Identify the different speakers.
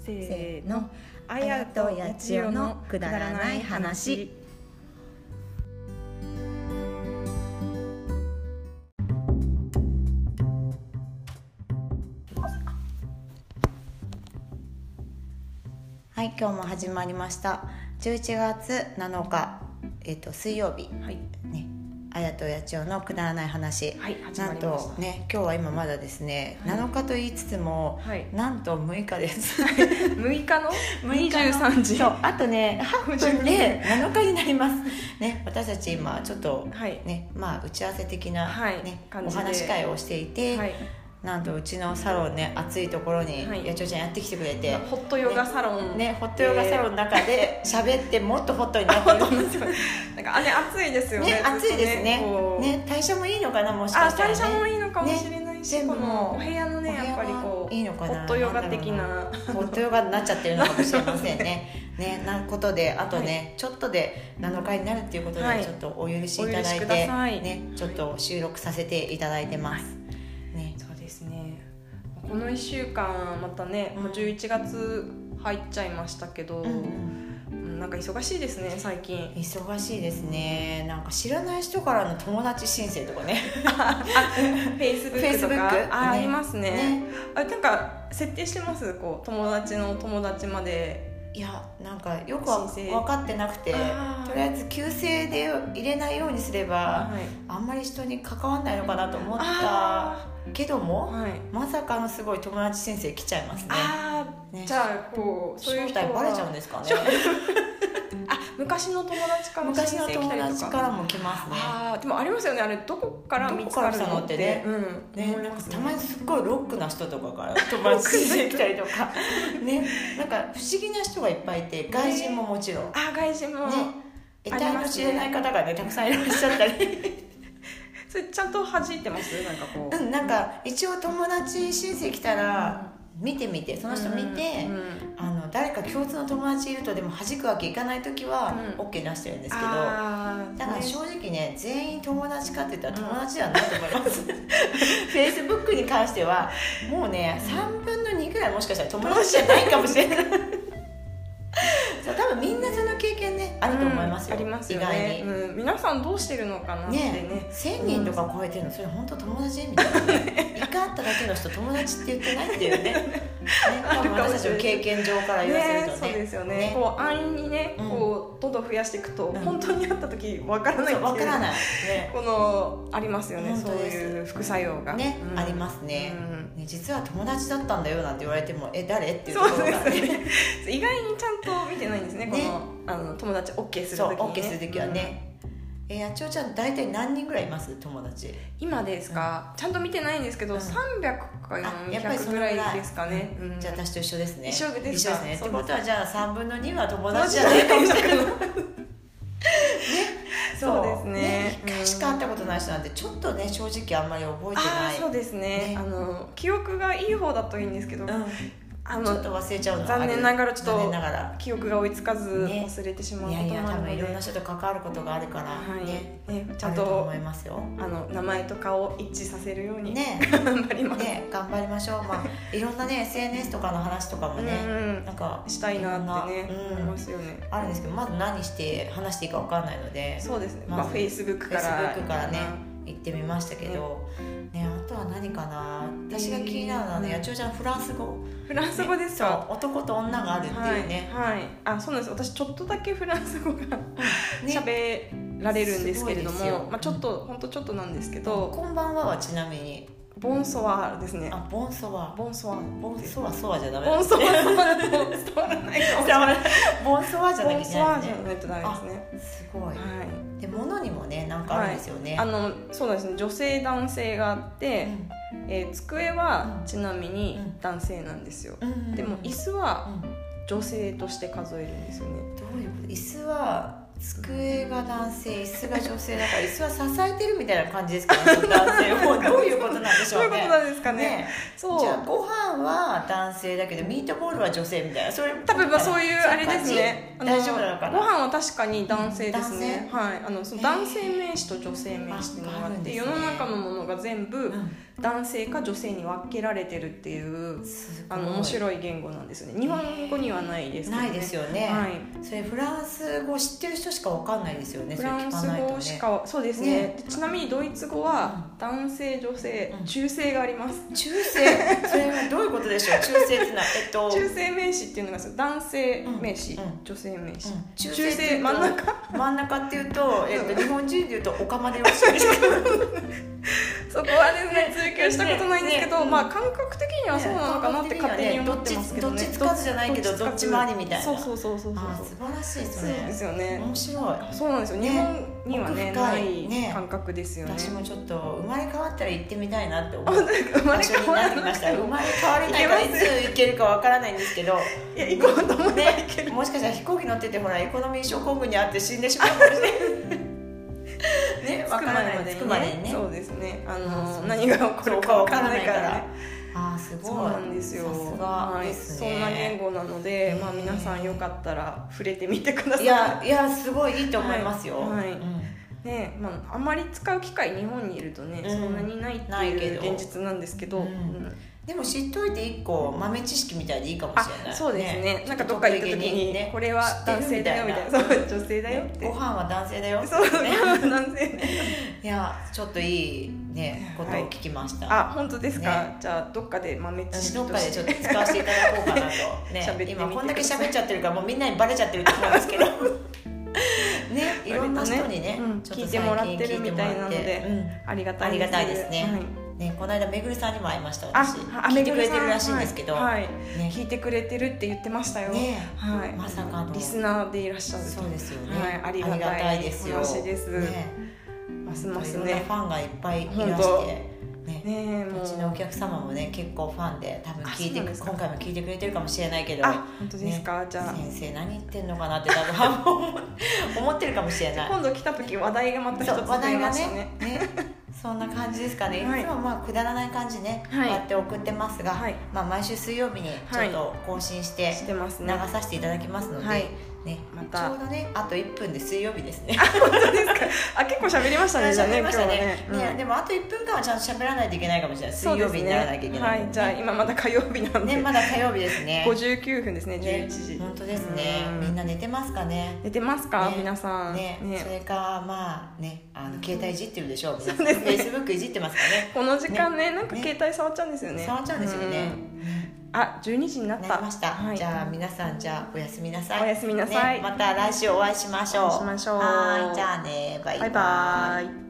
Speaker 1: せーの、あやとやちよのくだらない話。
Speaker 2: はい、今日も始まりました11月7日、水曜日、
Speaker 1: はい
Speaker 2: ね、あやとやちよのくだらない話、
Speaker 1: はい、始
Speaker 2: なん
Speaker 1: まりました
Speaker 2: とね、今日は今まだですね、
Speaker 1: はい
Speaker 2: 7日と言いつつも、
Speaker 1: はい
Speaker 2: なんと6日です
Speaker 1: 6日の23時
Speaker 2: そう、あとね8分で7日になりますね。私たち今ちょっと
Speaker 1: はい
Speaker 2: ね、まあ打ち合わせ的な、
Speaker 1: はい
Speaker 2: ね、お
Speaker 1: 感じで
Speaker 2: 話し会をしていて、
Speaker 1: はい、
Speaker 2: なんとうちのサロンね、暑いところに、
Speaker 1: はい
Speaker 2: やちょちゃんやってきてくれて、
Speaker 1: ホットヨガサロン
Speaker 2: ね、ホットヨガサロンの中で喋ってもっとホットになってるんですよ
Speaker 1: なんか暑いですよね。
Speaker 2: ね、暑いですね。
Speaker 1: こう
Speaker 2: ね、代謝もいいのかな、もしかしたらね。
Speaker 1: 代謝もいいのかもしれないし、
Speaker 2: ね、
Speaker 1: このお部屋のね、
Speaker 2: お部屋
Speaker 1: やっぱりこう
Speaker 2: いいのかな、
Speaker 1: ホットヨガ的な
Speaker 2: ホットヨガになっちゃってるのかもしれませんねね、なことで、あとね、ちょっとで7日になるっていうことで、
Speaker 1: はい
Speaker 2: ちょっとお許しいただい
Speaker 1: お許しくだ
Speaker 2: て、
Speaker 1: さい
Speaker 2: ね、ちょっと収録させていただいてます、ね。
Speaker 1: そうですね。この1週間またね、もう11月入っちゃいましたけど、なんか忙しいですね、最近。
Speaker 2: 忙しいですね。なんか知らない人からの友達申請とかね
Speaker 1: Facebook とか
Speaker 2: Facebook
Speaker 1: ありますね。
Speaker 2: ね、
Speaker 1: あれなんか設定してます？こう友達の友達まで。
Speaker 2: いや、なんかよく分かってなくて、とりあえず旧姓で入れないようにすれば、
Speaker 1: はい、
Speaker 2: あんまり人に関わんないのかなと思ったけども、
Speaker 1: はい、
Speaker 2: まさかのすごい友達申請来ちゃいますね。ね、
Speaker 1: じゃあこうそういう人は
Speaker 2: 正体バレちゃうんですかね
Speaker 1: 昔の友達から
Speaker 2: 昔の友
Speaker 1: 申請来たりとか。
Speaker 2: 達からも来ますね。
Speaker 1: でもありますよね、あれどこから見つかるのってね、
Speaker 2: ね、なんかたまにすっごいロックな人とかから友達申請来たりとかね、なんか不思議な人がいっぱいいて、外人ももちろん、
Speaker 1: 外人も
Speaker 2: ね、得体の知れない方がね、たくさんいらっしゃったり
Speaker 1: それちゃんと弾いてます？なんかこう、
Speaker 2: なんか一応友達申請来たら見てみて、その人見て、誰か共通の友達いるとでも弾くわけいかない時は OK 出してるんですけど、だから正直ね、全員友達かって言ったら友達ではないと思いますFacebook に関してはもうね、3分の2ぐらいもしかしたら友達じゃないかもしれないそう、多分みんなその経験ね、あると思いますよ、
Speaker 1: ありますよね、
Speaker 2: 意外に、
Speaker 1: 皆さんどうしてるのかなってね、
Speaker 2: 1000人とか超えてるの、それ本当友達みたいなね一回会っただけの人友達って言ってないっていうね多分私たちの経験上から言わせるとね、
Speaker 1: そうですよね、こう安易にね、こうどんどん増やしていくと、本当に会った時わからないっていう、
Speaker 2: わからない、ね、
Speaker 1: このありますよね、そういう副作用が
Speaker 2: ね、ありますね、実は友達だったんだよなんて言われても、誰っていうところがね
Speaker 1: 意外にちゃんと見てないんですね、この友達 OK する時にね。
Speaker 2: そう、OK する時はね。やちおちゃん大体何人ぐらいいます？友達
Speaker 1: 今ですか、ちゃんと見てないんですけど、300か400ぐらいですかね。
Speaker 2: じゃあ私と一緒ですね。
Speaker 1: 一緒ですか。
Speaker 2: ってことはじゃあ3分の2は友達じゃないかもしれないね、
Speaker 1: そうですね。
Speaker 2: 1回しか会ったことない人なんてちょっとね、正直あんまり覚えてない。
Speaker 1: そうですね、記憶がいい方だといいんですけど、
Speaker 2: ちょっと忘れちゃうの。
Speaker 1: 残念ながらちょっと記憶が追いつかず忘れてしまうこともあるので、
Speaker 2: いやいや、多分いろんな人と関わることがあるからね、
Speaker 1: ちゃんと
Speaker 2: 思いますよ。
Speaker 1: 名前と顔を一致させるように
Speaker 2: ね、
Speaker 1: 頑張ります
Speaker 2: ね、頑張りましょう。まあいろんなね SNS とかの話とかもね、なんか
Speaker 1: したいなってね、思いますよね。
Speaker 2: あるんですけど、まず何して話していいか分かんないので、
Speaker 1: そうですね、Facebook から
Speaker 2: ね行ってみましたけど、あとは何かな、私が気になるのはね、やちおちゃんフランス語
Speaker 1: ですか。
Speaker 2: 男と女があるっていうね、
Speaker 1: そうなんです。私ちょっとだけフランス語が喋られるんですけれども、ちょっと本当ちょっとなんですけど、
Speaker 2: こんばんははちなみに
Speaker 1: ボンソワーですね。
Speaker 2: ボンソワソワじゃダメ
Speaker 1: ボンソワだと伝わらないかもしれない。
Speaker 2: ボンソワじゃなきゃいけない
Speaker 1: とダメですね。
Speaker 2: すごい。で、物にもね、なんかあるんですよね。
Speaker 1: そうですね、女性男性があって、机はちなみに男性なんですよ。でも椅子は女性として数えるんですよね。
Speaker 2: どういうこと？椅子は机が男性、椅子が女性だから、椅子は支えてるみたいな感じですかね、男性を。どういうことなんでしょうね。
Speaker 1: どういうことなんですかね。そう。
Speaker 2: じゃあご飯は男性だけどミートボールは女性みたいな、それ
Speaker 1: 多分そういうあれですね。
Speaker 2: 大丈夫なのかな。
Speaker 1: ご飯は確かに男性ですね。はい。その男性名詞と女性名詞っていうのがあって、世の中のものが全部男性か女性に分けられてるっていう面白い言語なんですよね。日本語にはないですけどね。
Speaker 2: ないですよね、はい、それフランス語知ってる人しか分かんないですよね。
Speaker 1: フランス語しか、そうですね。ちなみにドイツ語は男性女性、中性があります。
Speaker 2: 中性、それはどういうことでしょう。中性ってのは、
Speaker 1: 中性名詞っていうのが男性名詞、女性名詞、
Speaker 2: 中性真ん中っていうと、日本人でいうとオカマでよろしいですけど
Speaker 1: そこはですね追求したことないんですけど、まあ感覚的にはそうなのかなって勝手に思ってますけどね。
Speaker 2: どっちつかずじゃないけどどっちもありみたいな。
Speaker 1: そう
Speaker 2: 素晴らしいですね。
Speaker 1: そうですよね。
Speaker 2: 面白い。
Speaker 1: そうなんですよ。日本にはねない感覚ですよね。
Speaker 2: 私もちょっと生まれ変わったら行ってみたいなって思う場所になってきました。生まれ変われないからいつ行けるかわからないんですけど、
Speaker 1: いや行こうと思って行ける。
Speaker 2: もしかしたら飛行機乗っててほらエコノミー症候群にあって死んでしまうかもしれないね、分からない。着くまでにね。
Speaker 1: そうですね。何が起こるか分からないからね。
Speaker 2: すごい。
Speaker 1: そうなんですよ。はい、そんな言語なので、まあ皆さんよかったら触れてみてください。
Speaker 2: いやすごいいいと思いますよ。
Speaker 1: はい。ね、まああまり使う機会日本にいるとね、そんなにないっていう現実なんですけど。
Speaker 2: でも知っといて一個豆知識みたいでいいかもしれない。
Speaker 1: そうですね。なんかどっか行った時にこれは男性だよみたいな、そう女性だよって。
Speaker 2: ご飯は男性だよ。
Speaker 1: そう男性。
Speaker 2: いやちょっといいねことを聞きました。
Speaker 1: 本当ですか。じゃあどっかで豆知識
Speaker 2: どっかでちょっと使わせていただこうかなとね。今こんだけ喋っちゃってるからもうみんなにバレちゃってると思うんですけど。ね、いろんな人にね
Speaker 1: 聞いてもらってるみたいなのでありがたい
Speaker 2: ですね。ね、この間めぐるさんにも会いました。私聞いてくれてるらしいんですけど、
Speaker 1: 聞いてくれてるって言ってましたよ。
Speaker 2: まさかの
Speaker 1: リスナーでいらっしゃる。
Speaker 2: そうですよね。
Speaker 1: ありがたい
Speaker 2: ですよ。
Speaker 1: 話です。ますますね。
Speaker 2: ファンがいっぱいいらして。うちのお客様もね結構ファンで多分今回も聞いてくれてるかもしれないけど、
Speaker 1: 本当ですか。じゃあ
Speaker 2: 先生何言ってんのかなって多分思ってるかもしれない。
Speaker 1: 今度来た時話題がまた一つ出ましたね。
Speaker 2: そんな感じですかね。いつもまあくだらない感じねこうやって送ってますが、まあ毎週水曜日にちょっと更新して流させていただきますので。またちょうどねあと1分で水曜日ですね。
Speaker 1: 本当ですか。結構喋りましたね。じゃあね今日
Speaker 2: ね。でもあと1分間はちゃんと喋らないといけないかもしれない。水曜日にならなきゃいけない。
Speaker 1: じゃあ今まだ火曜日なんで。
Speaker 2: まだ火曜日ですね。
Speaker 1: 59分ですね。11時。
Speaker 2: 本当ですね。みんな寝てますかね。
Speaker 1: 寝てますか皆さん。
Speaker 2: それかまあね携帯いじってるでしょう。そうですね。Facebook いじってますかね。
Speaker 1: この時間ねなんか携帯触っちゃうんですよね。
Speaker 2: 触っちゃうんですよね。
Speaker 1: 12時になった。
Speaker 2: じゃあ皆さんおやすみなさい。
Speaker 1: おやすみなさい。
Speaker 2: また来週お会いしましょう。
Speaker 1: はい、
Speaker 2: じゃあね、バイバイ。